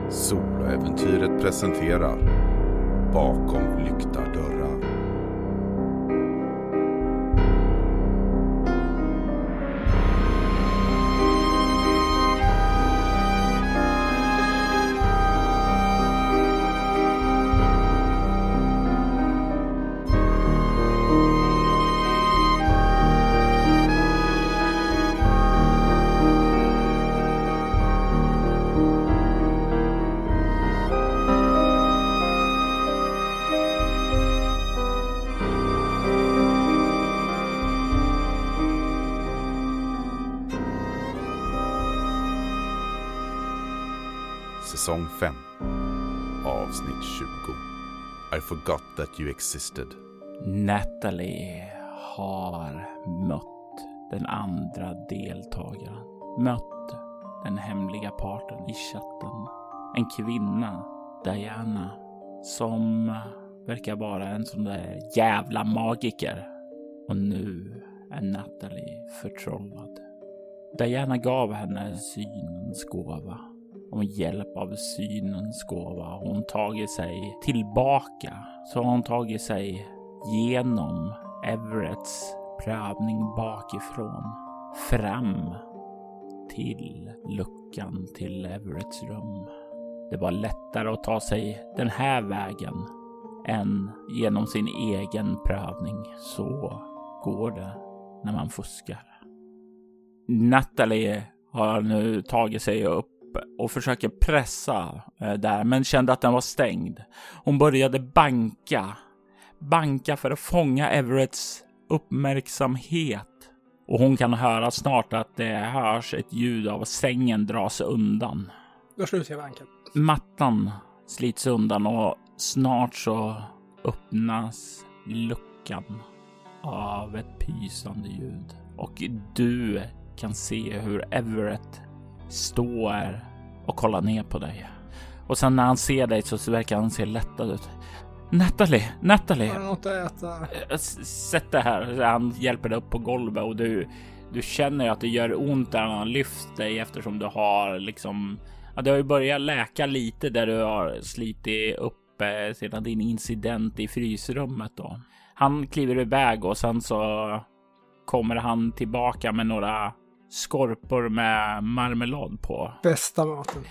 Soloäventyret presenterar Bakom lyckta dörrar. Säsong 5, avsnitt 20. I forgot that you existed. Natalie har mött den andra deltagaren. Mött den hemliga parten i chatten. En kvinna, Diana, som verkar vara en sån där jävla magiker. Och nu är Natalie förtrollad. Diana gav henne synens gåva. Och med hjälp av synens gåva har hon tagit sig tillbaka. Så har hon tagit sig genom Everetts prövning bakifrån. Fram till luckan till Everetts rum. Det var lättare att ta sig den här vägen än genom sin egen prövning. Så går det när man fuskar. Natalie har nu tagit sig upp och försöker pressa där, men kände att den var stängd. Hon började banka för att fånga Everetts uppmärksamhet. Och hon kan höra snart att det hörs ett ljud av sängen dras undan. Då slutar jag banka. Mattan slits undan och snart så öppnas luckan av ett pysande ljud. Och du kan se hur Everett står och kollar ner på dig. Och sen när han ser dig så verkar han se lättad ut. Natalie! Har du något att äta? Sätt det här. Han hjälper dig upp på golvet och du känner att det gör ont när han lyft dig eftersom du har liksom... Ja, det har ju börjat läka lite där du har slitit upp sedan din incident i frysrummet då. Han kliver iväg och sen så kommer han tillbaka med några skorpor med marmelad på. Bästa maten.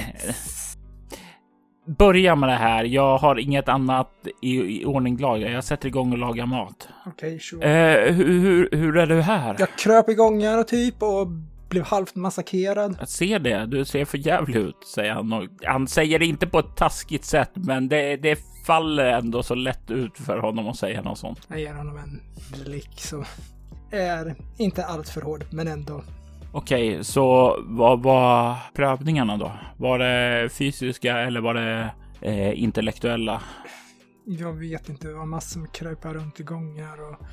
Börja med det här. Jag har inget annat i ordning laga. Jag sätter igång och lagar mat. Okej, sure. Hur är du här? Jag kröp igång här typ och blev halvt massakrerad. Jag ser det. Du ser för jävligt ut, säger han. Och han säger det inte på ett taskigt sätt, men det faller ändå så lätt ut för honom att säga något sånt. Jag ger honom en blick som är inte allt för hård, men ändå. Okej, så vad var prövningarna då? Var det fysiska eller var det intellektuella? Jag vet inte, det var massor med kröpar runt i gångar och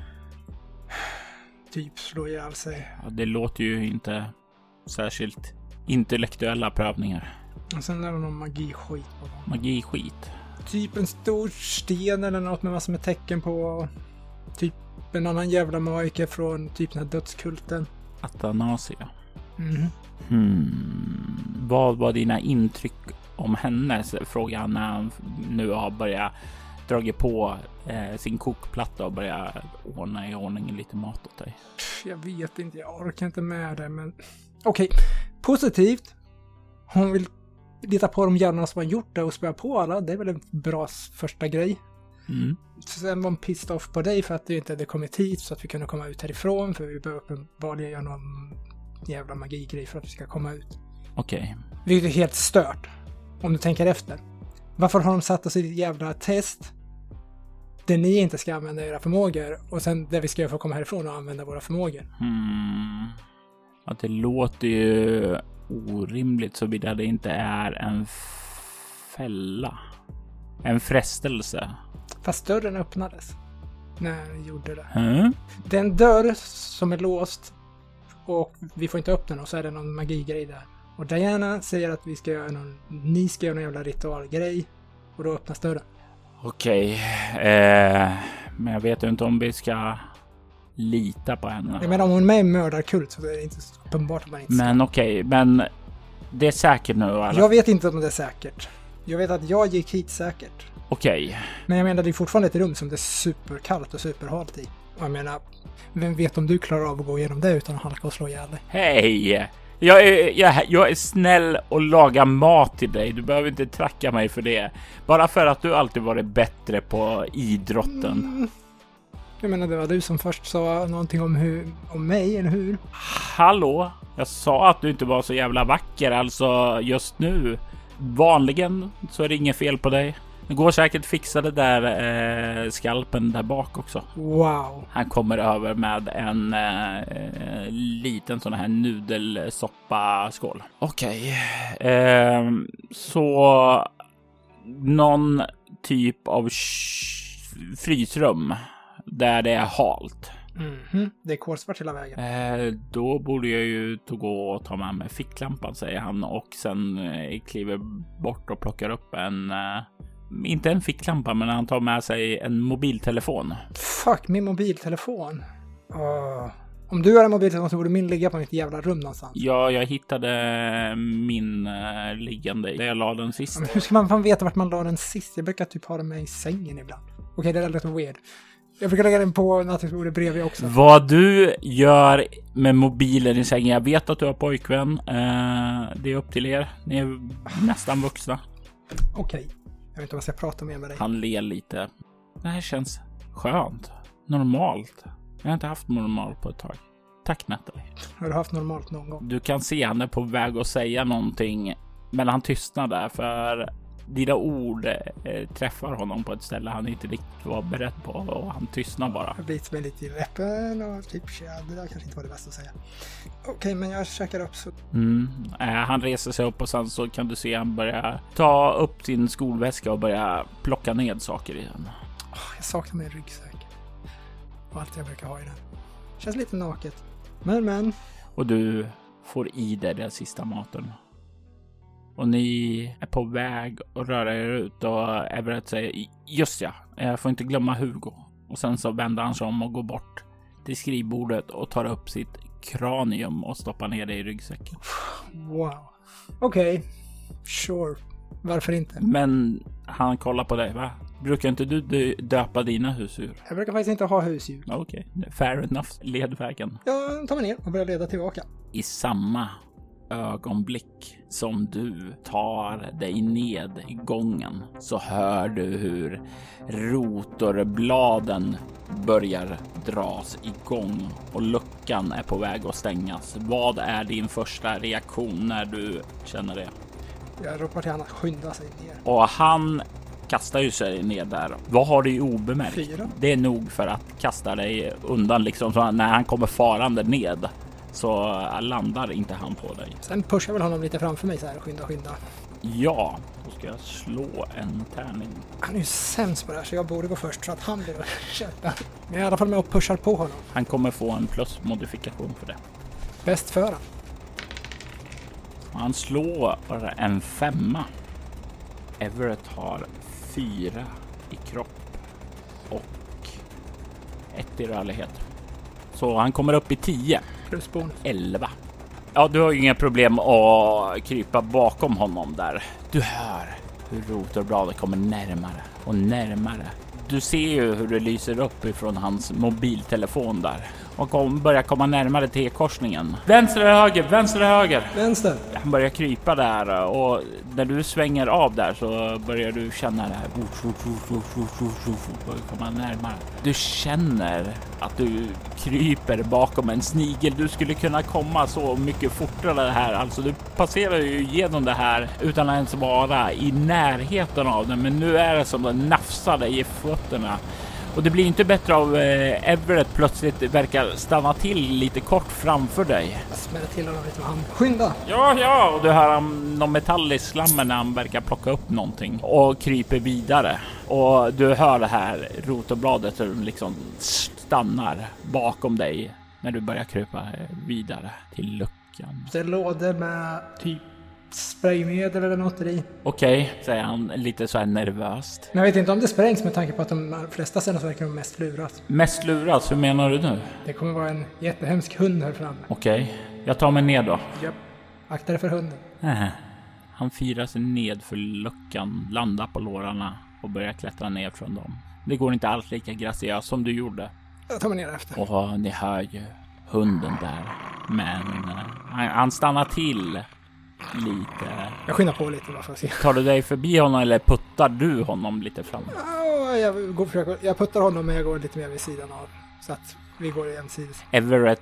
typ slå ihjäl sig. Ja, det låter ju inte särskilt intellektuella prövningar. Och sen är det någon magiskit på dem. Magiskit? Typ en stor sten eller något med massor med tecken på. Typ en annan jävla magiker från typ den här dödskulten. Athanasia. Vad var dina intryck om henne? Frågar han när han nu har börjat dra på sin kokplatta och börjat ordna i ordning lite mat åt dig. Jag vet inte, jag orkar inte med det, men okej. Positivt. Hon vill lita på de jävlarna som har gjort det och spela på alla. Det är väl en bra första grej. Sen var hon pissed off på dig för att du inte hade kommit hit så att vi kunde komma ut härifrån, för vi behöver uppenbarligen göra någon jävla magigrej för att vi ska komma ut. Okej. Vilket är helt stört om du tänker efter. Varför har de satt oss i ett jävla test där ni inte ska använda era förmågor och sen där vi ska göra för att komma härifrån och använda våra förmågor? Att det låter ju orimligt så vidare det inte är en fälla. En frestelse. Fast dörren öppnades när ni gjorde det. Den dörr som är låst och vi får inte öppna den och så är det någon magigrej där. Och Diana säger att ni ska göra någon jävla ritualgrej och då öppnas dörren. Okej. Men jag vet inte om vi ska lita på henne. Jag menar om hon är med i mördarkult så är det inte så uppenbart att man inte ska. Men okej, men Det är säkert nu, eller? Jag vet inte om det är säkert. Jag vet att jag gick hit säkert. Okej. Men jag menar, det är fortfarande ett rum som det är superkallt och superhalt i. Och jag menar, vem vet om du klarar av att gå igenom det utan att halka och slå ihjäl dig? Hej! Jag är snäll och lagar mat till dig. Du behöver inte tracka mig för det. Bara för att du alltid varit bättre på idrotten. Jag menar, det var du som först sa någonting om mig, eller hur? Hallå? Jag sa att du inte var så jävla vacker, alltså just nu. Vanligen så är det inget fel på dig. Det går säkert fixa det där skalpen där bak också. Wow. Han kommer över med en liten sån här nudelsoppa-skål. Okej. Så någon typ av frysrum där det är halt. Det är kolsvart hela vägen. Då borde jag ju gå och ta med mig ficklampan, säger han, och sen kliver bort och plockar upp inte en ficklampa, men han tar med sig en mobiltelefon. Fuck, min mobiltelefon. Om du har en mobiltelefon så borde min ligga på mitt jävla rum någonstans. Ja, jag hittade min liggande där jag la den sist. Men hur ska man fan veta vart man la den sist? Jag brukar typ ha den med i sängen ibland. Okej, det är lite weird. Jag brukar lägga den på nattduksbordet bredvid också. Vad du gör med mobilen i sängen, jag vet att du har pojkvän. Det är upp till er. Ni är nästan vuxna. Okej. Jag vet inte vad jag ska prata mer med dig. Han ler lite. Det här känns skönt. Normalt. Jag har inte haft normalt på ett tag. Tack, Natalie. Har du haft normalt någon gång? Du kan se han är på väg att säga någonting, men han tystnar där för dina ord träffar honom på ett ställe han inte riktigt var beredd på, och han tystnar bara. Jag blir mig lite i läppen och typ, det där kanske inte var det bästa att säga. Okej, men jag käkar upp så. Han reser sig upp och sen så kan du se han börja ta upp sin skolväska och börja plocka ned saker i den. Jag saknar min ryggsäck. Och allt jag brukar ha i den. Känns lite naket. Men. Och du får i dig den sista maten. Och ni är på väg att röra er ut och Everett säger, just ja, jag får inte glömma Hugo. Och sen så vänder han sig om och går bort till skrivbordet och tar upp sitt kranium och stoppar ner det i ryggsäcken. Wow. Okej. Sure. Varför inte? Men han kollar på dig, va? Brukar inte du döpa dina husdjur? Jag brukar faktiskt inte ha husdjur. Okej, fair enough. Led vägen. Jag tar mig ner och börjar leda tillbaka. I samma ögonblick som du tar dig ned i gången så hör du hur rotorbladen börjar dras igång och luckan är på väg att stängas. Vad är din första reaktion när du känner det? Jag ropar till han att skynda sig ner. Och han kastar ju sig ner där. Vad har du i obemärkt? 4. Det är nog för att kasta dig undan liksom, så när han kommer farande ned så landar inte han på dig. Sen pushar väl honom lite framför mig så här och skynda. Ja, då ska jag slå en tärning. Han är ju sämst på det här så jag borde gå först så att han blir köpa. Men jag är i alla fall med och pushar på honom. Han kommer få en plusmodifikation för det. Bäst för han. Han slår en 5. Everett har 4 i kropp och 1 i rörlighet. Så han kommer upp i 10. Plus bonus. 11. Ja, du har ju inga problem att krypa bakom honom där. Du hör hur rotorbladet kommer närmare och närmare. Du ser ju hur det lyser upp ifrån hans mobiltelefon där. Och börjar komma närmare T-korsningen. Vänster eller höger? Vänster eller höger? Vänster. Han börjar krypa där och när du svänger av där så börjar du känna det här. Börjar komma närmare. Du känner att du kryper bakom en snigel. Du skulle kunna komma så mycket fortare här. Alltså du passerar ju igenom det här utan att ens vara i närheten av den. Men nu är det som att nafsa dig i fötterna. Och det blir inte bättre av Everett plötsligt verkar stanna till lite kort framför dig. Jag smäller till honom lite med hand. Skynda! Ja, och du hör någon metallisk slammer när han verkar plocka upp någonting och kryper vidare. Och du hör det här rotorbladet som liksom stannar bakom dig när du börjar krypa vidare till luckan. Det är lådor med typ spraymedel eller något i. Okej, säger han lite så här nervöst. Men jag vet inte om det sprängs med tanke på att de flesta ställen verkar de mest luras. Mest luras? Hur menar du nu? Det kommer vara en jättehemsk hund här framme. Okej, jag tar mig ner då. Japp. Akta dig för hunden. Han firar sig ned för luckan, landar på lårarna och börjar klättra ner från dem. Det går inte alls lika graciöst som du gjorde. Jag tar mig ner efter. Och ni hör ju hunden där. Men han stannar till lite. Jag skyndar på lite bara för att se. Tar du dig förbi honom eller puttar du honom lite fram? Jag puttar honom men jag går lite mer vid sidan av. Så att vi går jämsides. Everett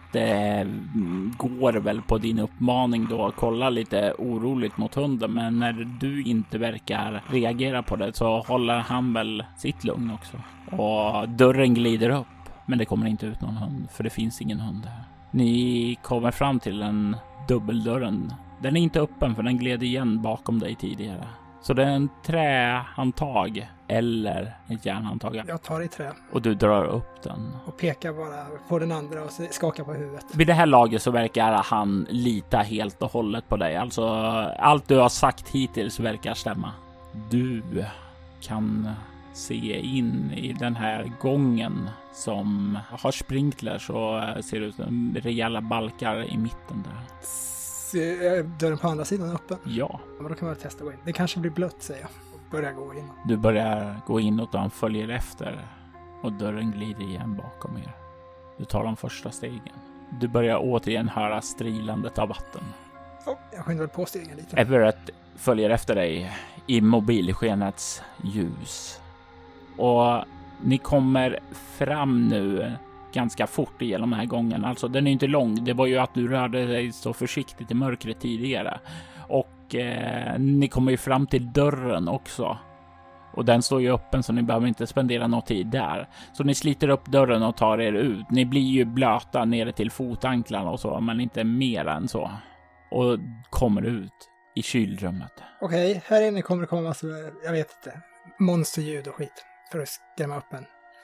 går väl på din uppmaning då. Kollar lite oroligt mot hunden. Men när du inte verkar reagera på det så håller han väl sitt lugn också. Och dörren glider upp. Men det kommer inte ut någon hund. För det finns ingen hund där. Ni kommer fram till en dubbeldörren. Den är inte öppen för den gled igen bakom dig tidigare. Så det är en trähandtag eller ett järnhandtag. Jag tar i trä. Och du drar upp den. Och pekar bara på den andra och skakar på huvudet. Vid det här laget så verkar han lita helt och hållet på dig. Alltså allt du har sagt hittills verkar stämma. Du kan se in i den här gången som har sprinklers och ser ut som rejäla balkar i mitten där. Är dörren på andra sidan öppen? Ja. Men då kan man testa att gå in. Det kanske blir blött, säger jag. Börjar gå in. Du börjar gå inåt och han följer efter. Och dörren glider igen bakom er. Du tar de första stegen. Du börjar återigen höra strilandet av vatten. Jag skyndar på stegen lite. Everett följer efter dig i mobilskenets ljus. Och ni kommer fram nu ganska fort igenom den här gången. Alltså den är inte lång. Det var ju att du rörde dig så försiktigt i mörkret tidigare. Och ni kommer ju fram till dörren också. Och den står ju öppen så ni behöver inte spendera någon tid där. Så ni sliter upp dörren och tar er ut. Ni blir ju blöta nere till fotanklarna och så. Men inte mer än så. Och kommer ut i kylrummet. Okej, här inne kommer det komma så jag vet inte. Monsterljud och skit. För att skrämma upp en.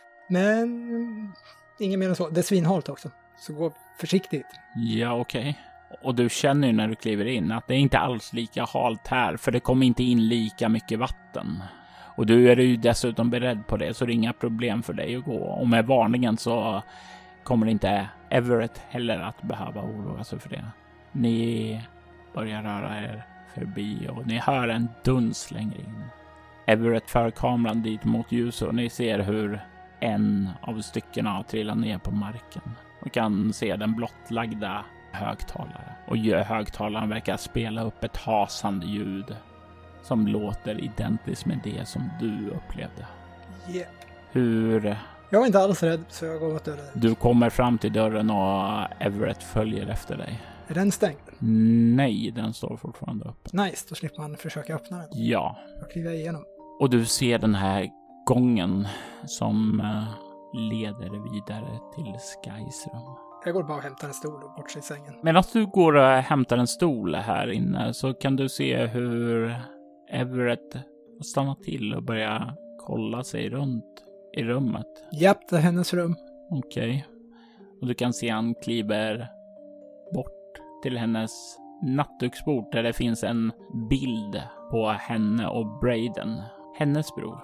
Men inget mer än så. Det är svinhalt också. Så gå försiktigt. Ja, okej. Och du känner ju när du kliver in att det är inte alls lika halt här. För det kommer inte in lika mycket vatten. Och du är ju dessutom beredd på det. Så det är inga problem för dig att gå. Och med varningen så kommer inte Everett heller att behöva oroa sig för det. Ni börjar röra er förbi och ni hör en duns längre in. Everett för kameran dit mot ljuset och ni ser hur en av styckena har trillat ner på marken. Och kan se den blottlagda högtalare. Och högtalaren verkar spela upp ett hasande ljud som låter identiskt med det som du upplevde. Yep. Hur... Jag var inte alls rädd så jag går åt dörren. Du kommer fram till dörren och Everett följer efter dig. Är den stängd? Nej, den står fortfarande öppen. Nice, då slipper man försöka öppna den. Ja. Jag kliver igenom. Och du ser den här gången som leder vidare till Skys rum. Jag går bara och hämtar en stol och bort sig i sängen. Medan du går och hämtar en stol här inne så kan du se hur Everett stannar till och börjar kolla sig runt i rummet. Japp, det är hennes rum. Okej. Och du kan se han kliver bort till hennes nattduksbord där det finns en bild på henne och Braden, hennes bror.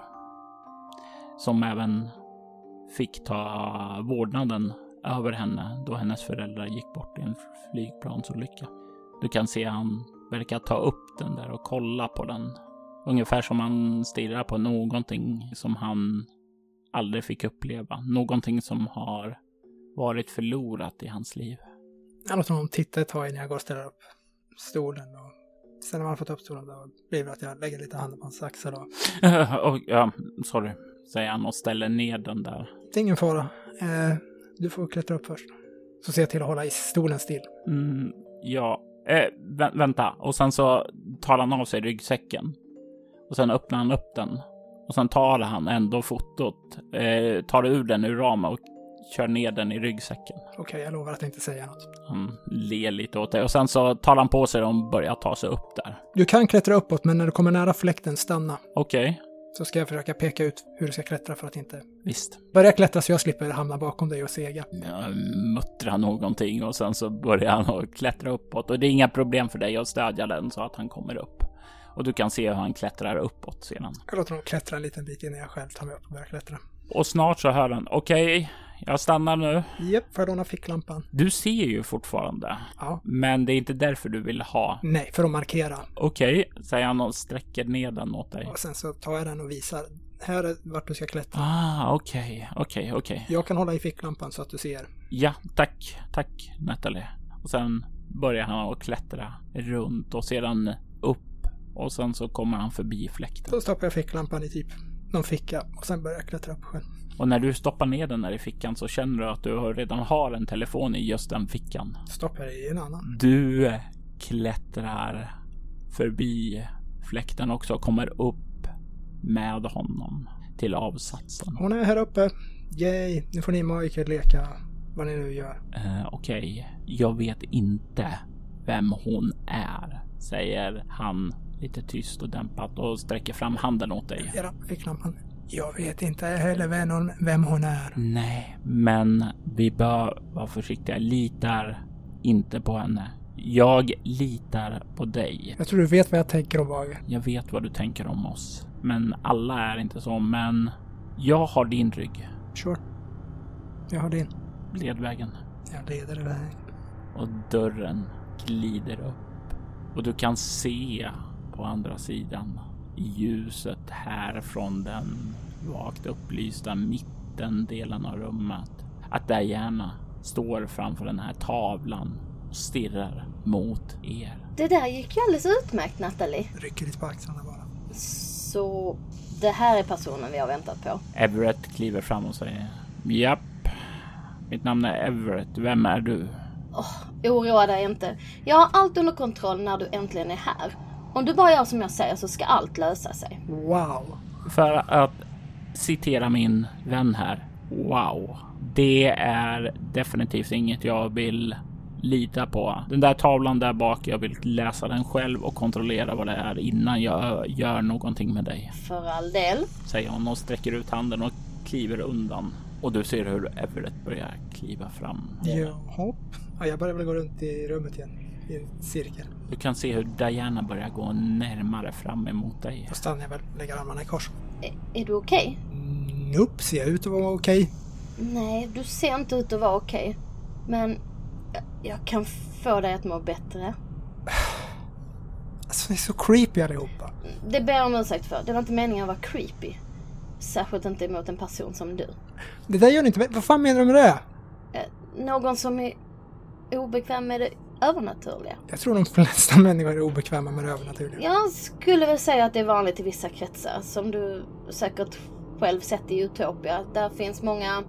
Som även fick ta vårdnaden över henne då hennes föräldrar gick bort i en flygplansolycka. Du kan se han verkar ta upp den där och kolla på den. Ungefär som han stirrar på någonting som han aldrig fick uppleva. Någonting som har varit förlorat i hans liv. Jag låter honom titta ett tag innan jag går och ställer upp stolen. Och sen när man fått upp stolen då blir det att jag lägger lite handen på hans axel. Ja, sorry, säger han och ställer ner den där. Det är ingen fara. Du får klättra upp först. Så ser jag till att hålla i stolen still. Ja, vänta. Och sen så tar han av sig ryggsäcken. Och sen öppnar han upp den. Och sen tar han ändå fotot. Tar ur den ur ramen och kör ner den i ryggsäcken. Okej, jag lovar att inte säga något. Han ler lite åt det. Och sen så tar han på sig och börjar ta sig upp där. Du kan klättra uppåt, men när du kommer nära fläkten, stanna. Okej. Så ska jag försöka peka ut hur du ska klättra för att inte... Visst. Börja klättra så jag slipper hamna bakom dig och sega. Jag muttrar någonting och sen så börjar han att klättra uppåt. Och det är inga problem för dig att stödja den så att han kommer upp. Och du kan se hur han klättrar uppåt sedan. Jag låter honom klättra en liten bit innan jag själv tar mig upp och börjar klättra. Och snart så hör han, okej, jag stannar nu. Japp, får jag låna ficklampan? Du ser ju fortfarande. Ja. Men det är inte därför du vill ha. Nej, för att markera. Okej, säger han och sträcker ner den åt dig. Och sen så tar jag den och visar. Här är vart du ska klättra. Okej. Jag kan hålla i ficklampan så att du ser. Ja, tack Natalie. Och sen börjar han att klättra runt och sedan upp. Och sen så kommer han förbi fläkten. Då stoppar jag ficklampan i typ någon ficka och sen börjar jag klättra upp själv. Och när du stoppar ner den där i fickan så känner du att du redan har en telefon i just den fickan. Stoppar jag i en annan. Du klättrar förbi fläkten också och kommer upp med honom till avsatsen. Hon är här uppe. Yay, nu får ni magiker leka vad ni nu gör. Okej, jag vet inte vem hon är, säger han lite tyst och dämpat och sträcker fram handen åt dig. Ja, ficklampan. Jag vet inte heller vem hon är. Nej, men vi bör vara försiktiga. Litar inte på henne. Jag litar på dig. Jag tror du vet vad jag tänker om Vage. Jag vet vad du tänker om oss. Men alla är inte så. Men jag har din rygg. Sure. Jag har din. Led vägen. Jag leder iväg. Och dörren glider upp. Och du kan se på andra sidan i ljuset här från den vagt upplysta mittendelen av rummet att Diana står framför den här tavlan och stirrar mot er. Det där gick ju alldeles utmärkt, Natalie. Rycker lite på axlarna bara. Så det här är personen vi har väntat på. Everett kliver fram och säger: japp, mitt namn är Everett. Vem är du? Oroa dig inte. Jag har allt under kontroll när du äntligen är här. Om du bara gör som jag säger så ska allt lösa sig. Wow. För att citera min vän här. Wow. Det är definitivt inget jag vill lita på. Den där tavlan där bak, jag vill läsa den själv och kontrollera vad det är innan jag gör någonting med dig. För all del. Säger hon och sträcker ut handen och kliver undan. Och du ser hur Everett börjar kliva fram. Ja, jag börjar väl gå runt i rummet igen. I en cirkel. Du kan se hur Diana börjar gå närmare fram emot dig. Då stannar jag väl och lägger armarna i kors. Är du okej? Nope, ser jag ut att vara okej? Nej, du ser inte ut att vara okej. Men jag kan få dig att må bättre. Alltså, ni är så creepy allihopa. Det ber jag om ursäkt för. Det var inte meningen att vara creepy. Särskilt inte emot en person som du. Det där gör ni inte. Vad fan menar du med det? Någon som är obekväm med det övernaturliga. Jag tror de flesta människor är obekväma med det övernaturliga. Jag skulle väl säga att det är vanligt i vissa kretsar. Som du säkert själv sett i Utopia. Där finns många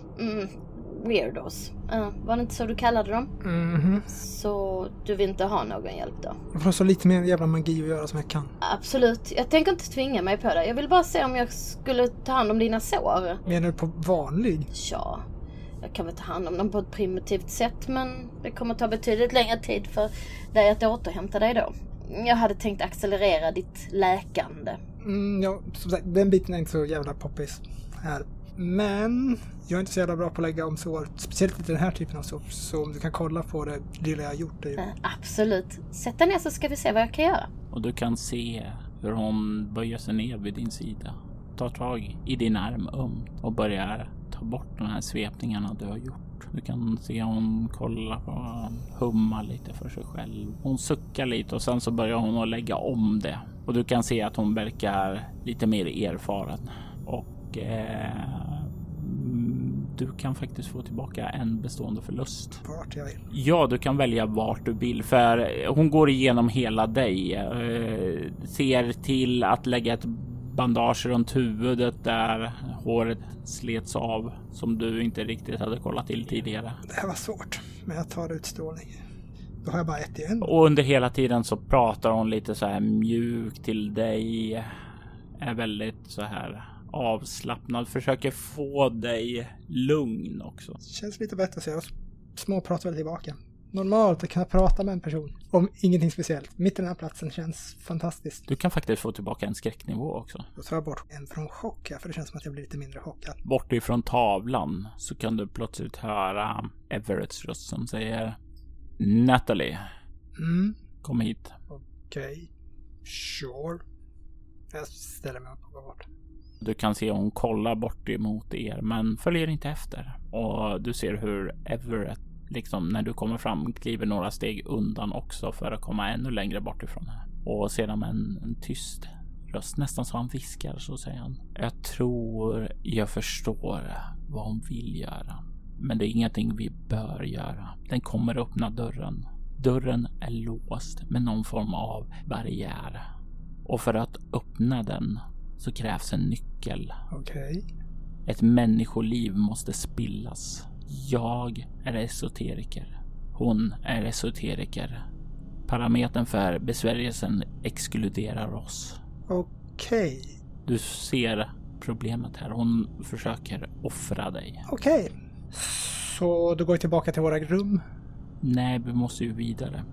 weirdos. Var det inte så du kallade dem? Mhm. Så du vill inte ha någon hjälp då? Jag får så lite mer jävla magi att göra som jag kan. Absolut. Jag tänker inte tvinga mig på det. Jag vill bara se om jag skulle ta hand om dina sår. Menar du på vanlig? Ja, jag kan väl ta hand om dem på ett primitivt sätt. Men det kommer ta betydligt längre tid för dig att återhämta dig då. Jag hade tänkt accelerera ditt läkande. Ja, som sagt, den biten är inte så jävla poppis här. Men jag är inte så jävla bra på att lägga om sår. Speciellt inte den här typen av sår. Så om du kan kolla på det lilla jag har gjort. Absolut. Sätt dig ner så ska vi se vad jag kan göra. Och du kan se hur hon böjer sig ner vid din sida. Tar tag i din arm och börjar ta bort de här svepningarna du har gjort. Du kan se hon kolla på, humma lite för sig själv. Hon suckar lite och sen så börjar hon att lägga om det. Och du kan se att hon verkar lite mer erfaren. Och du kan faktiskt få tillbaka en bestående förlust. Vart jag vill. Ja, du kan välja vart du vill. För hon går igenom hela dig. Ser till att lägga ett bandage runt huvudet där håret slets av. Som du inte riktigt hade kollat till tidigare. Det här var svårt. Men jag tar utstrålning. Då har jag bara ett igen. Och under hela tiden så pratar hon lite så här mjukt till dig. Är väldigt så här avslappnad. Försöker få dig lugn också. Känns lite bättre så jag småpratar väl tillbaka. Normalt att kunna prata med en person om ingenting speciellt. Mitt i den här platsen känns fantastiskt. Du kan faktiskt få tillbaka en skräcknivå också. Då tar jag bort en från chock här, för det känns som att jag blir lite mindre chockad. Bort ifrån tavlan så kan du plötsligt höra Everetts röst som säger: Natalie, kom hit. Okej. Sure. Jag ställer mig upp och går bort. Du kan se hon kollar bort emot er men följer inte efter. Och du ser hur Everett liksom när du kommer fram kliver några steg undan också för att komma ännu längre bort ifrån henne. Och sedan med en tyst röst, nästan så han viskar, så säger han: jag tror jag förstår vad hon vill göra. Men det är ingenting vi bör göra. Den kommer öppna dörren. Dörren är låst med någon form av barriär. Och för att öppna den så krävs en nyckel. Okej. Ett människoliv måste spillas. Jag är esoteriker. Hon är esoteriker. Parametern för besvärjelsen exkluderar oss. Okej. Du ser problemet här. Hon försöker offra dig. Okej. Så då går vi tillbaka till våra rum. Nej, vi måste ju vidare.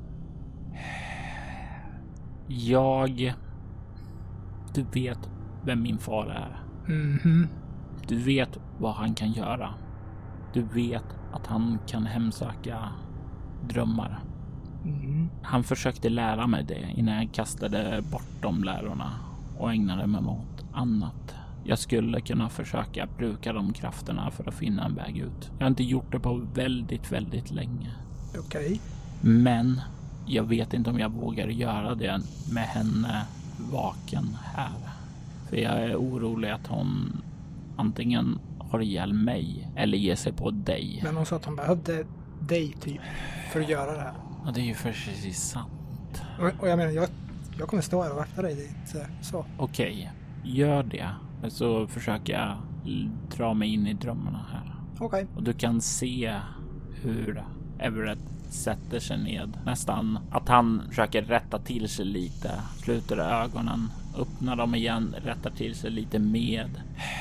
Du vet vem min far är. Mhm. Du vet vad han kan göra. Du vet att han kan hemsöka drömmar. Mm. Han försökte lära mig det innan jag kastade bort de lärorna och ägnade mig åt annat. Jag skulle kunna försöka bruka de krafterna för att finna en väg ut. Jag har inte gjort det på väldigt, väldigt länge. Okej. Men jag vet inte om jag vågar göra det med henne vaken här. För jag är orolig att hon antingen har ihjäl mig eller ger sig på dig. Men hon sa att hon behövde dig typ för att göra det här. Ja, det är ju precis sant. Och jag menar, jag kommer stå här och vakta dig dit. Så. Okej, gör det. Så försöker jag dra mig in i drömmarna här. Okej. Och du kan se hur Everett sätter sig ned. Nästan att han försöker rätta till sig lite. Sluter ögonen, öppnar dem igen, rättar till sig lite med.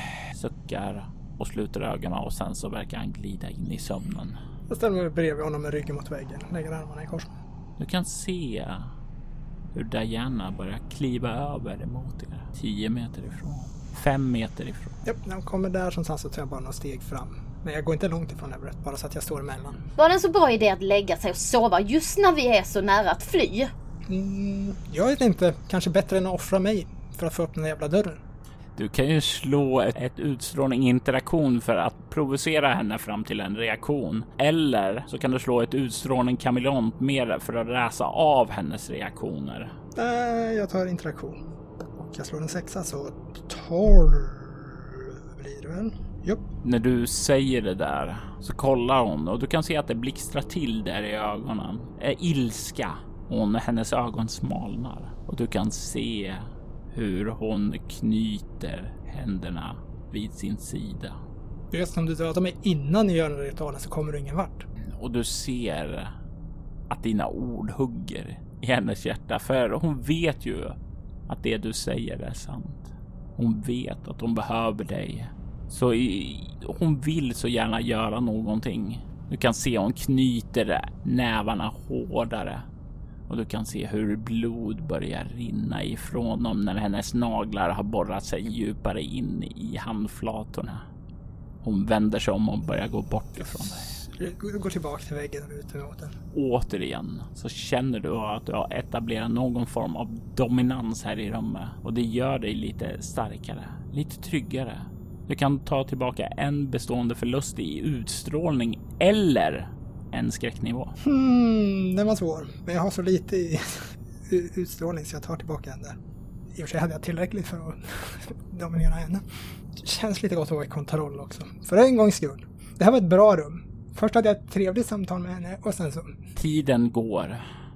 Suckar och sluter ögonen och sen så verkar han glida in i sömnen. Jag ställer mig bredvid honom med ryggen mot väggen. Lägger armarna i kors. Du kan se hur Diana börjar kliva över emot er. 10 meter ifrån. 5 meter ifrån. Ja, när hon kommer där som så tar jag bara några steg fram. Men jag går inte långt ifrån Everett, bara så att jag står emellan. Var det en så bra idé att lägga sig och sova just när vi är så nära att fly? Jag vet inte. Kanske bättre än att offra mig för att få upp den jävla dörren. Du kan ju slå ett utstrålning interaktion för att provocera henne fram till en reaktion. Eller så kan du slå ett utstrålning kameleont mer för att läsa av hennes reaktioner. Nej, jag tar interaktion. Och jag slår en 6, så 12 blir det väl? Jupp. När du säger det där så kollar hon och du kan se att det blixtrar till där i ögonen. Ilska. Hennes ögon smalnar och du kan se hur hon knyter händerna vid sin sida. Just om du drar mig innan ni gör den ritualen så kommer du ingen vart. Och du ser att dina ord hugger i hennes hjärta. För hon vet ju att det du säger är sant. Hon vet att hon behöver dig. Så hon vill så gärna göra någonting. Du kan se hon knyter nävarna hårdare. Och du kan se hur blod börjar rinna ifrån dem när hennes naglar har borrat sig djupare in i handflatorna. Hon vänder sig om och börjar gå bort ifrån dig. Jag går tillbaka till väggen och ut emot den. Återigen så känner du att du har etablerat någon form av dominans här i rummet. Och det gör dig lite starkare, lite tryggare. Du kan ta tillbaka en bestående förlust i utstrålning eller en skräcknivå. Den var svår. Men jag har så lite i utstrålning så jag tar tillbaka en där. I och för sig hade jag tillräckligt för att dominera henne. Det känns lite gott att vara i kontroll också. För en gångs skull. Det här var ett bra rum. Först hade jag ett trevligt samtal med henne och sen så... Tiden går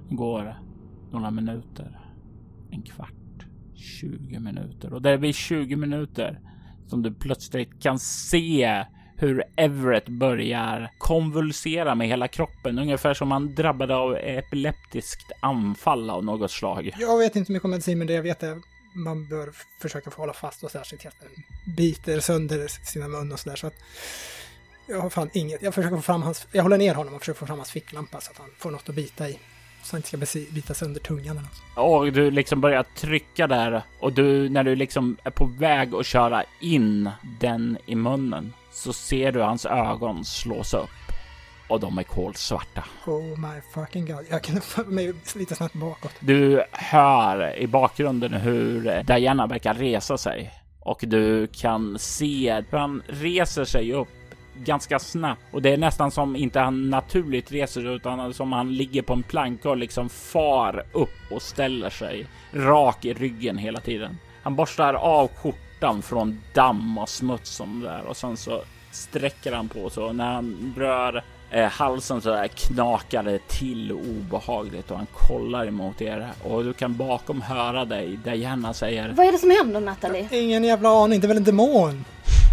några minuter. En kvart. 20 minuter. Och där vid 20 minuter som du plötsligt kan se hur Everett börjar konvulsera med hela kroppen. Ungefär som han drabbade av epileptiskt anfall av något slag. Jag vet inte mycket om medicin, men det jag vet är man bör försöka få hålla fast och särskilt att den biter sönder sina mun och sådär. Så att jag har fan inget. Jag försöker få fram jag håller ner honom och försöker få fram hans ficklampa så att han får något att bita i. Så han inte ska bita sönder tungan. Och du liksom börjar trycka där. Och när du liksom är på väg att köra in den i munnen så ser du hans ögon slås upp. Och de är kolsvarta. Oh my fucking god. Jag kan få mig lite snabbt bakåt. Du hör i bakgrunden hur Diana verkar resa sig. Och du kan se att han reser sig upp ganska snabbt. Och det är nästan som inte han naturligt reser sig, utan som han ligger på en planka och liksom far upp och ställer sig rak i ryggen hela tiden. Han borstar av skjortan från damm och smuts som där, och sen så sträcker han på så när han rör halsen så där knakar det till obehagligt och han kollar emot er och du kan bakom höra dig där Diana säger: Vad är det som händer, Natalie? Ingen jävla aning, det är väl en demon?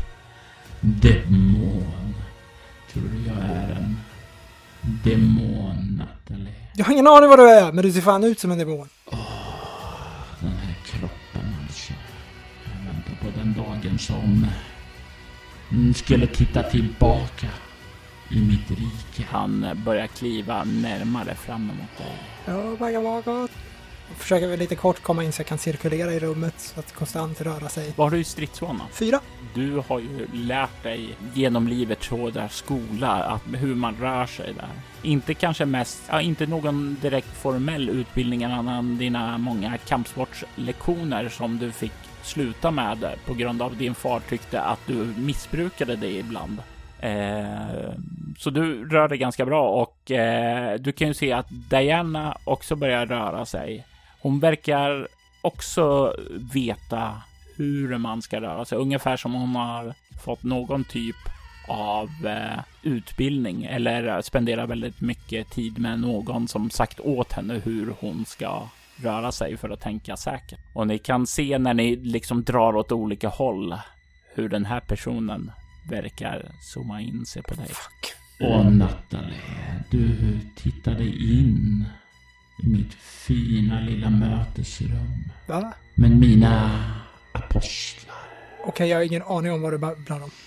Demon? Tror du jag är en demon, Natalie? Jag har ingen aning vad du är, men du ser fan ut som en demon. Den här kroppen alltså. Jag väntar på den dagen som skulle titta tillbaka i mitt rike. Han börjar kliva närmare fram emot dig. Ja, backa bakåt. Jag försöker väl lite kort komma in så jag kan cirkulera i rummet så att konstant röra sig. Vad har du i stridsvana? 4. Du har ju lärt dig genom livet där skola att hur man rör sig där. Inte kanske mest, inte någon direkt formell utbildning än dina många kampsportslektioner som du fick sluta med på grund av din far tyckte att du missbrukade det ibland. Så du rör dig ganska bra och du kan ju se att Diana också börjar röra sig. Hon verkar också veta hur man ska röra sig. Ungefär som hon har fått någon typ av utbildning eller spenderar väldigt mycket tid med någon som sagt åt henne hur hon ska röra sig för att tänka säkert. Och ni kan se när ni liksom drar åt olika håll hur den här personen verkar zooma in sig på dig. Fuck. Och Natalie, du tittade in i mitt fina lilla mötesrum. Va? Men mina apostlar. Okej, jag har ingen aning om vad du babblar om.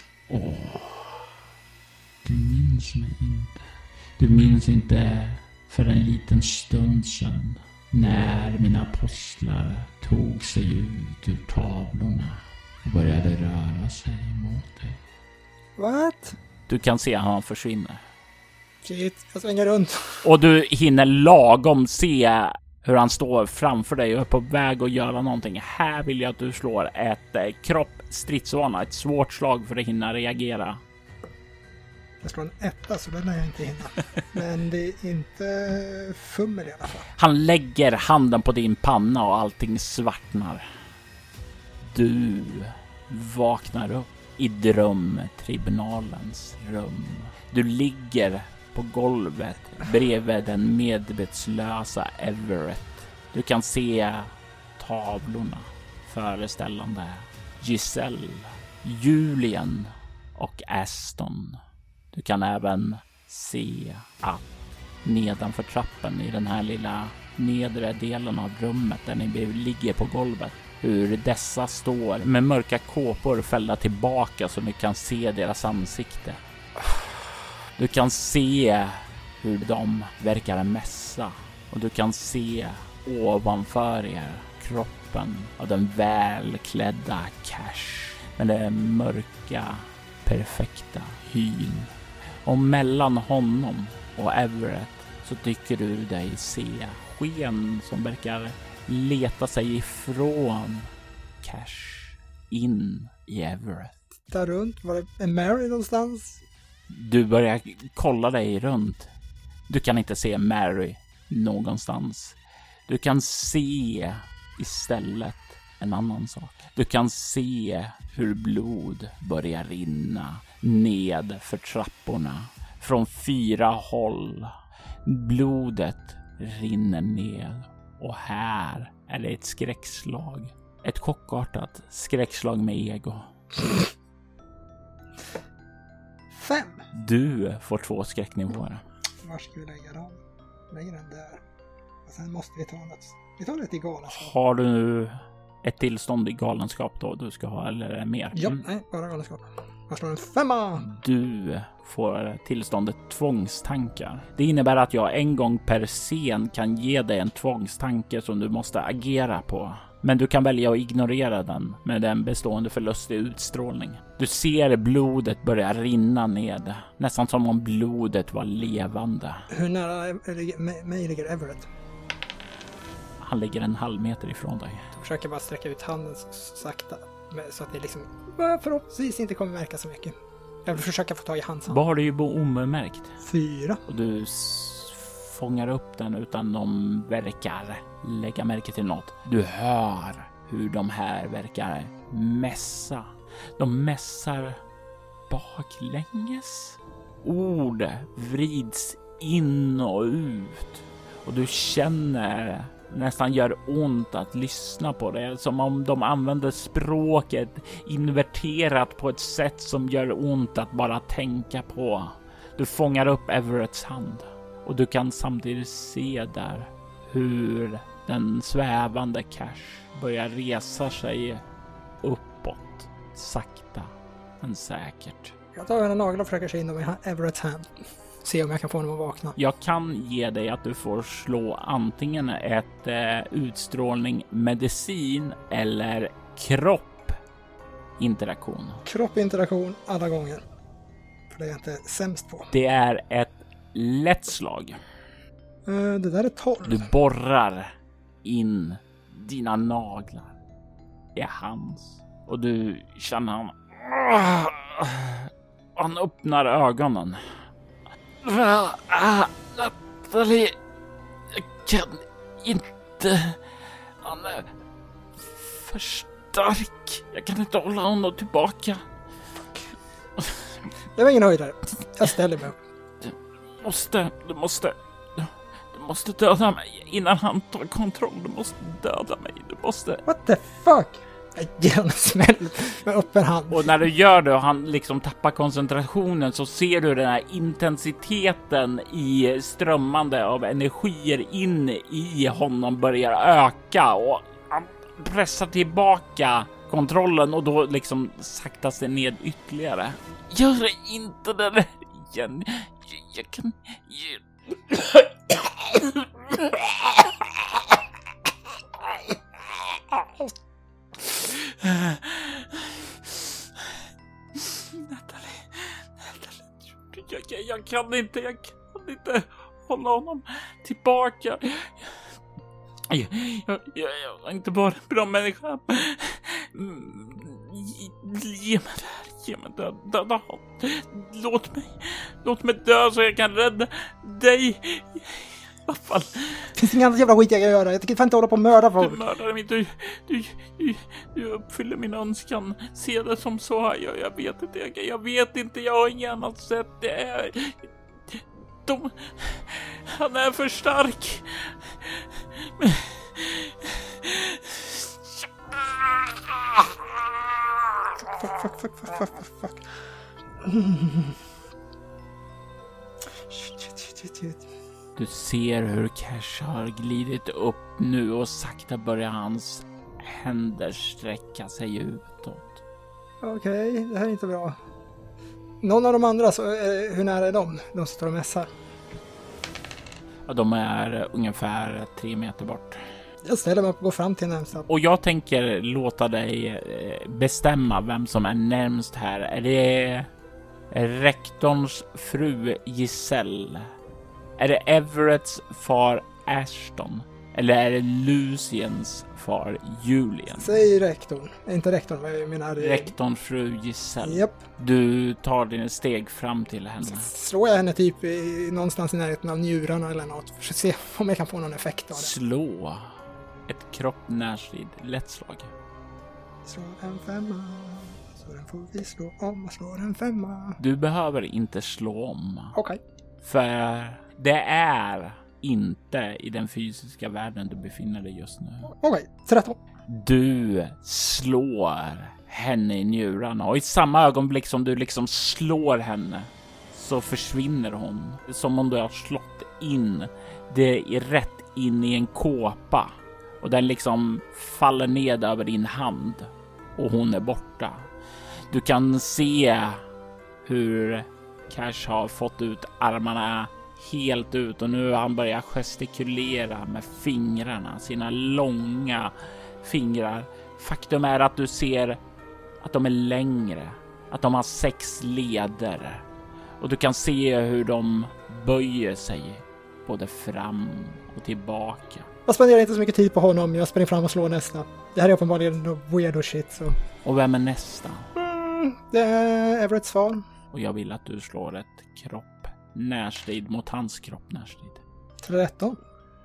Du minns mig inte. Du minns inte för en liten stund sedan när mina apostlar tog sig ut ur tavlorna och började röra sig mot dig. What? Du kan se att han försvinner. Shit, jag svänger runt. Och du hinner lagom se hur han står framför dig och är på väg att göra någonting. Här vill jag att du slår ett kroppsstridsvana, ett svårt slag för att hinna reagera. Jag slår en 1 så den lär jag inte hinna. Men det är inte fummel i alla fall. Han lägger handen på din panna och allting svartnar. Du vaknar upp i drömtribunalens rum. Du ligger på golvet bredvid den medvetslösa Everett. Du kan se tavlorna föreställande Giselle, Julian och Aston. Du kan även se att nedanför trappen i den här lilla nedre delen av rummet där ni ligger på golvet, hur dessa står med mörka kåpor fällda tillbaka så ni kan se deras ansikte. Du kan se hur de verkar mässa och du kan se ovanför er kroppen av den välklädda Cash med den mörka, perfekta hyn. Och mellan honom och Everett så tycker du dig se sken som verkar leta sig ifrån Cash in i Everett. Där runt, var det en Mary någonstans? Du börjar kolla dig runt. Du kan inte se Mary någonstans. Du kan se istället en annan sak. Du kan se hur blod börjar rinna ned för trapporna från 4 håll. Blodet rinner ner och här är det ett skräckslag. Ett chockartat skräckslag med ego. 5. Du får 2 skräcknivåer. Var ska vi lägga dem? Lägger den där. Och sen måste vi ta något. Vi tar det i galenskap. Har du ett tillstånd i galenskap då du ska ha eller är det mer? Ja, nej, bara galenskap. Jag slår en 5. Du får tillståndet tvångstankar. Det innebär att jag en gång per scen kan ge dig en tvångstanke som du måste agera på. Men du kan välja att ignorera den med en bestående förlust i utstrålning. Du ser blodet börja rinna ned. Nästan som om blodet var levande. Hur nära mig ligger Everett? Han ligger en halv meter ifrån dig. Jag försöker bara sträcka ut handen så sakta. Så att det liksom förhoppningsvis inte kommer märka så mycket. Jag vill försöka få tag i hans hand. Vad har du ju omärkt? 4. Och du fångar upp den utan de verkar lägga märke till något. Du hör hur de här verkar mässa. De mässar baklänges. Ord vrids in och ut. Och du känner nästan gör ont att lyssna på det. Som om de använder språket inverterat på ett sätt som gör ont att bara tänka på. Du fångar upp Everetts hand. Och du kan samtidigt se där hur den svävande Cash börjar resa sig uppåt. Sakta men säkert. Jag tar en nagel och försöker se in dem i Everetts hand. Se om jag kan få honom att vakna. Jag kan ge dig att du får slå antingen ett utstrålning medicin eller kroppinteraktion. Kroppinteraktion alla gånger. För det är jag inte sämst på. Det är ett lätt slag. Det där är 12. Du borrar in dina naglar i hans. Och du känner han öppnar ögonen. Natalie, jag kan inte. Han är för stark. Jag kan inte hålla honom tillbaka. Det var ingen höjdare. Jag ställer mig upp. Du måste döda mig innan han tar kontroll. Du måste döda mig. Du måste. What the fuck? Jag ger honom en smäll med öppen hand. Och när du gör det och han liksom tappar koncentrationen så ser du den här intensiteten i strömmande av energier in i honom börjar öka och han pressar tillbaka kontrollen och då liksom saktas det ned ytterligare. Gör inte det där igen. Jag kan... Natalie, jag kan inte hålla honom tillbaka. Jag är inte bara en bra människa. Ge mig döda honom. Låt mig dö så jag kan rädda dig. I alla fall. Det finns inga andra jävla skit jag kan göra. Jag kan inte hålla på och mörda folk. Du mördar mig. Du uppfyller min önskan. Se det som så. Jag vet inte. Jag har inget annat sätt. Han är för stark. Fuck. Shit. Du ser hur Cash har glidit upp nu och sakta börjar hans händer sträcka sig utåt. Okej, det här är inte bra. Någon av de andra, så, hur nära är de? De som står och mässar. Ja, de är ungefär 3 meter bort. Jag ställer mig upp och går fram till närmsta. Och jag tänker låta dig bestämma vem som är närmst här. Är det rektorns fru Giselle? Är det Everetts far Ashton? Eller är det Luciens far Julian? Säg rektorn. Inte rektorn, vad jag menar. Rektorns fru Giselle. Japp. Du tar dina steg fram till henne. Slår jag henne typ någonstans i närheten av njurarna eller något. För att se om jag kan få någon effekt av det. Slå ett kropp närstrid lättslag. Slår en 5. Så den får vi slå om och slår en 5. Du behöver inte slå om. Okej. För det är inte i den fysiska världen du befinner dig just nu. Okej, 13. Du slår henne i njurarna och i samma ögonblick som du liksom slår henne så försvinner hon. Som om du har slått in det är rätt in i en kåpa och den liksom faller ned över din hand och hon är borta. Du kan se hur Cash har fått ut armarna helt ut och nu har han börjat gestikulera med fingrarna, sina långa fingrar. Faktum är att du ser att de är längre, att de har 6 leder och du kan se hur de böjer sig både fram och tillbaka. Jag spenderar inte så mycket tid på honom. Jag springer fram och slår nästa. Det här är uppenbarligen något weirdo shit. Så. Och vem är nästa? Det är Everetts far. Och jag vill att du slår ett kropp närstrid mot hans kropp närstrid. 13.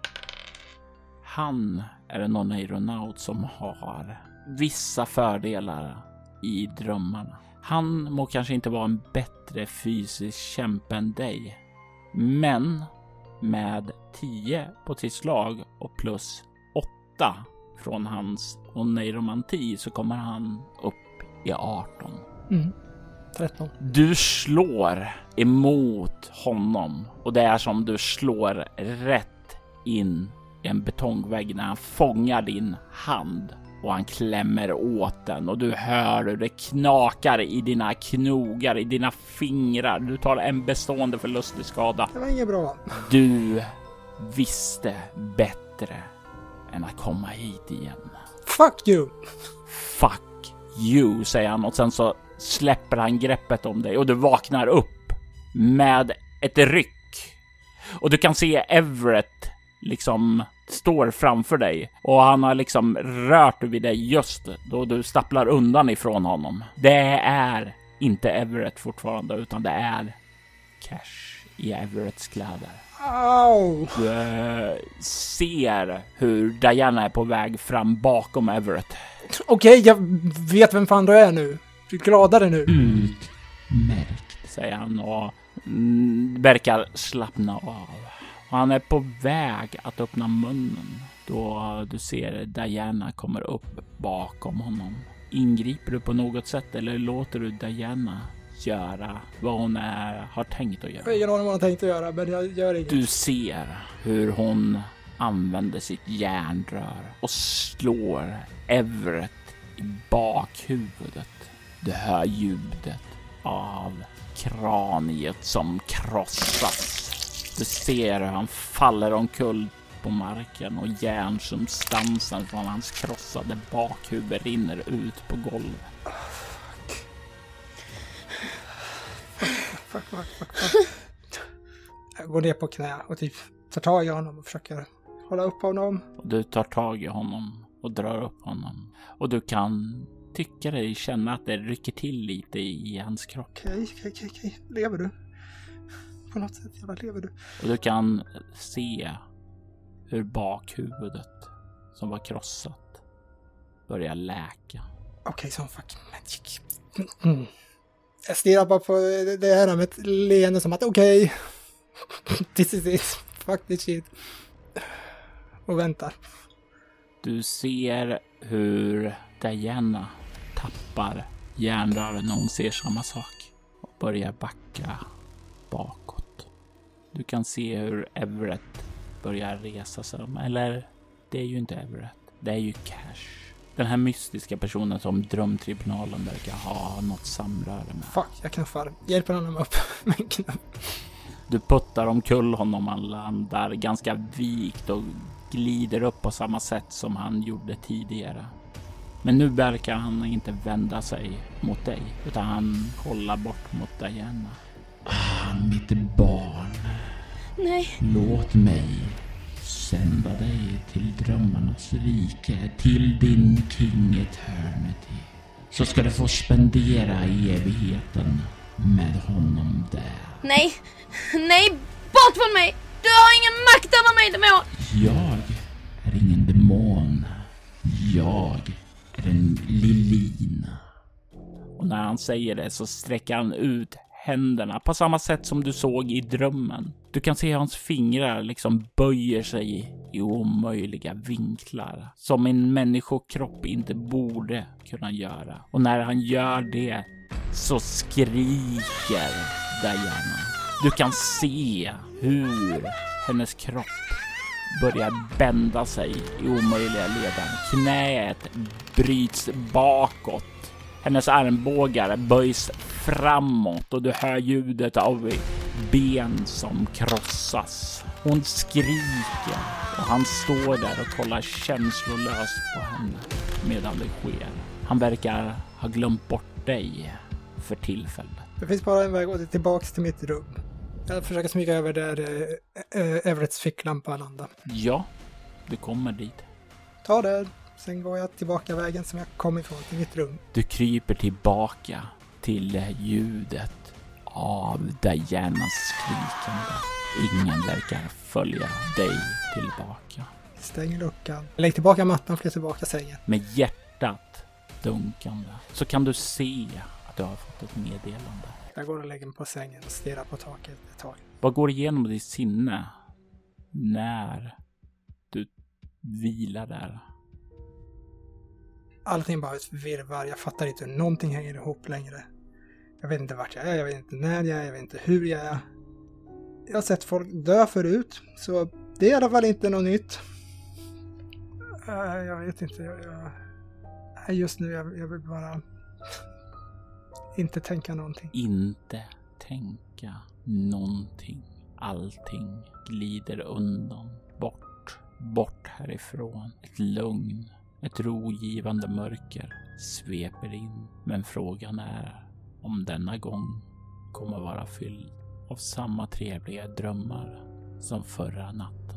Han är en non-aeronaut som har vissa fördelar i drömmarna. Han må kanske inte vara en bättre fysisk kämpe än dig. Men med 10 på sitt slag och plus 8 från hans oneiromanti så kommer han upp i 18. 13. Du slår emot honom och det är som du slår rätt in i en betongvägg när han fångar din hand och han klämmer åt den och du hör hur det knakar i dina knogar, i dina fingrar. Du tar en bestående förlust i skada. Det var inget bra. Du visste bättre än att komma hit igen. Fuck you! Fuck you, säger han och sen så släpper han greppet om dig och du vaknar upp med ett ryck. Och du kan se Everett liksom står framför dig och han har liksom rört vid dig just då du stapplar undan ifrån honom. Det är inte Everett fortfarande utan det är Cash i Everetts kläder. Au! Du ser hur Diana är på väg fram bakom Everett. Okej, jag vet vem fan du är nu. Du är gladare nu. Utmärkt, säger han och verkar slappna av. Och han är på väg att öppna munnen då du ser Diana kommer upp bakom honom. Ingriper du på något sätt eller låter du Diana göra vad hon har tänkt att göra? Jag har ingen aning vad hon har tänkt att göra, men jag gör inget. Du ser hur hon använder sitt järnrör och slår Everett i bakhuvudet. Du hör ljudet av kraniet som krossas. Du ser hur han faller omkull på marken och järnsubstansen från hans krossade bakhuvud rinner ut på golvet. Fuck. Jag går ner på knä och typ tar tag i honom och försöker hålla upp honom. Och du tar tag i honom och drar upp honom. Och du kan tycka dig känna att det rycker till lite i hans kropp. Okej. Lever du? På något sätt, jävla lever du? Och du kan se hur bakhuvudet som var krossat börjar läka. Okej, som fucking magic. Jag stirrar bara på det här med ett leende som att okej. This is it. Fuck this shit. Och väntar. Du ser hur Diana tappar järnrören när hon ser samma sak och börjar backa bakåt. Du kan se hur Everett börjar resa sig. Eller, det är ju inte Everett. Det är ju Cash. Den här mystiska personen som drömtribunalen verkar ha något samröre med. Fuck, jag knuffar. Hjälper honom upp med en knuff. Du puttar omkull honom, han landar ganska vikt och glider upp på samma sätt som han gjorde tidigare. Men nu verkar han inte vända sig mot dig, utan han kollar bort mot Diana. Mitt barn. Nej. Låt mig sända dig till drömmarnas rike, till din King Eternity. Så ska du få spendera evigheten med honom där. Nej, bort från mig! Du har ingen makt över mig, demon! Jag är ingen demon. Jag är en Lilin. Och när han säger det så sträcker han ut händerna på samma sätt som du såg i drömmen. Du kan se hans fingrar liksom böjer sig i omöjliga vinklar som en människokropp inte borde kunna göra. Och när han gör det så skriker Diana. Du kan se hur hennes kropp börjar bända sig i omöjliga leder. Knät bryts bakåt. Hennes armbågar böjs framåt och du hör ljudet av ben som krossas. Hon skriker och han står där och kollar känslolöst på henne medan det sker. Han verkar ha glömt bort dig för tillfället. Det finns bara en väg att gå tillbaka till mitt rum. Jag försöker smyga över där Everetts ficklampa landar. Ja, Du kommer dit. Ta det. Sen går jag tillbaka vägen som jag kom ifrån till mitt rum. Du kryper tillbaka till ljudet av Dianas skrikande. Ingen verkar följa dig tillbaka. Stänger luckan. Lägg tillbaka mattan och flytt tillbaka sängen. Med hjärtat dunkande så kan du se att du har fått ett meddelande. Jag går och lägger mig på sängen och stirrar på taket ett tag. Vad går igenom ditt sinne när du vilar där? Allting bara ett virrvarr. Jag fattar inte hur någonting hänger ihop längre. Jag vet inte vart jag är, jag vet inte när jag är, jag vet inte hur jag är. Jag har sett folk dö förut, så det är i alla fall inte något nytt. Jag vet inte, just nu jag vill bara inte tänka någonting. Inte tänka någonting. Allting glider undan, bort härifrån. Ett lugn, ett rogivande mörker sveper in. Men frågan är om denna gång kommer vara fylld av samma trevliga drömmar som förra natten.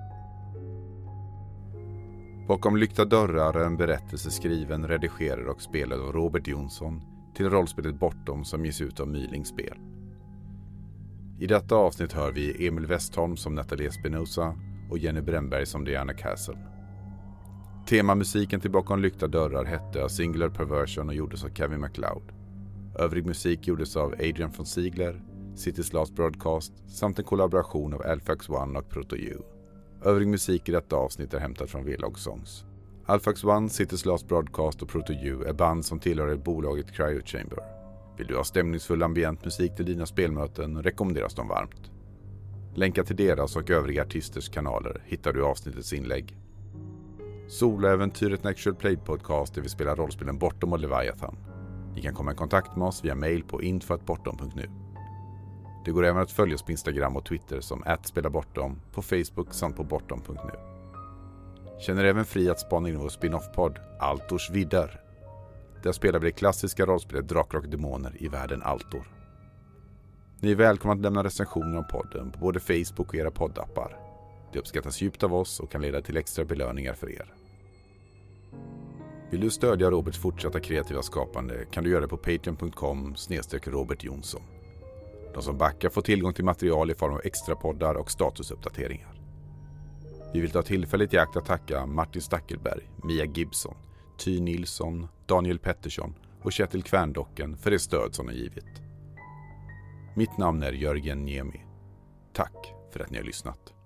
Bakom lyckta dörrar är en berättelse skriven, redigerad och spelad av Robert Jonsson till rollspelet Bortom som ges ut av Mylingspel. I detta avsnitt hör vi Emil Westholm som Nathalie Espinosa och Jenny Bremberg som Diana Castle. Temamusiken till Bakom lyckta dörrar hette A Singular Perversion och gjordes av Kevin MacLeod. Övrig musik gjordes av Adrian von Ziegler, City's Last Broadcast samt en kollaboration av Alphax One och Proto U. Övrig musik i detta avsnitt är hämtad från V-Log Songs. Alphax One, City's Last Broadcast och Proto U är band som tillhör bolaget Cryo Chamber. Vill du ha stämningsfull ambient musik till dina spelmöten rekommenderas de varmt. Länkar till deras och övriga artisters kanaler hittar du i avsnittets inlägg. Soloäventyret, en actual play podcast där vi spelar rollspelen Bortom och Leviathan. Ni kan komma i kontakt med oss via mail på info@bortom.nu. Det går även att följa oss på Instagram och Twitter som @spelabortom, på Facebook samt på bortom.nu. Känner även fri att spana in vår spin-off-podd Altors vidder. Där spelar vi det klassiska rollspelet Drakar och Demoner i världen Altor. Ni är välkomna att lämna recensioner om podden på både Facebook och era poddappar. Det uppskattas djupt av oss och kan leda till extra belöningar för er. Vill du stödja Roberts fortsatta kreativa skapande kan du göra det på patreon.com/Robert Jonsson. De som backar får tillgång till material i form av extra poddar och statusuppdateringar. Vi vill ta tillfället i akt att tacka Martin Stackelberg, Mia Gibson, Ty Nilsson, Daniel Pettersson och Kjetil Kvärndocken för det stöd som de givit. Mitt namn är Jörgen Niemi. Tack för att ni har lyssnat.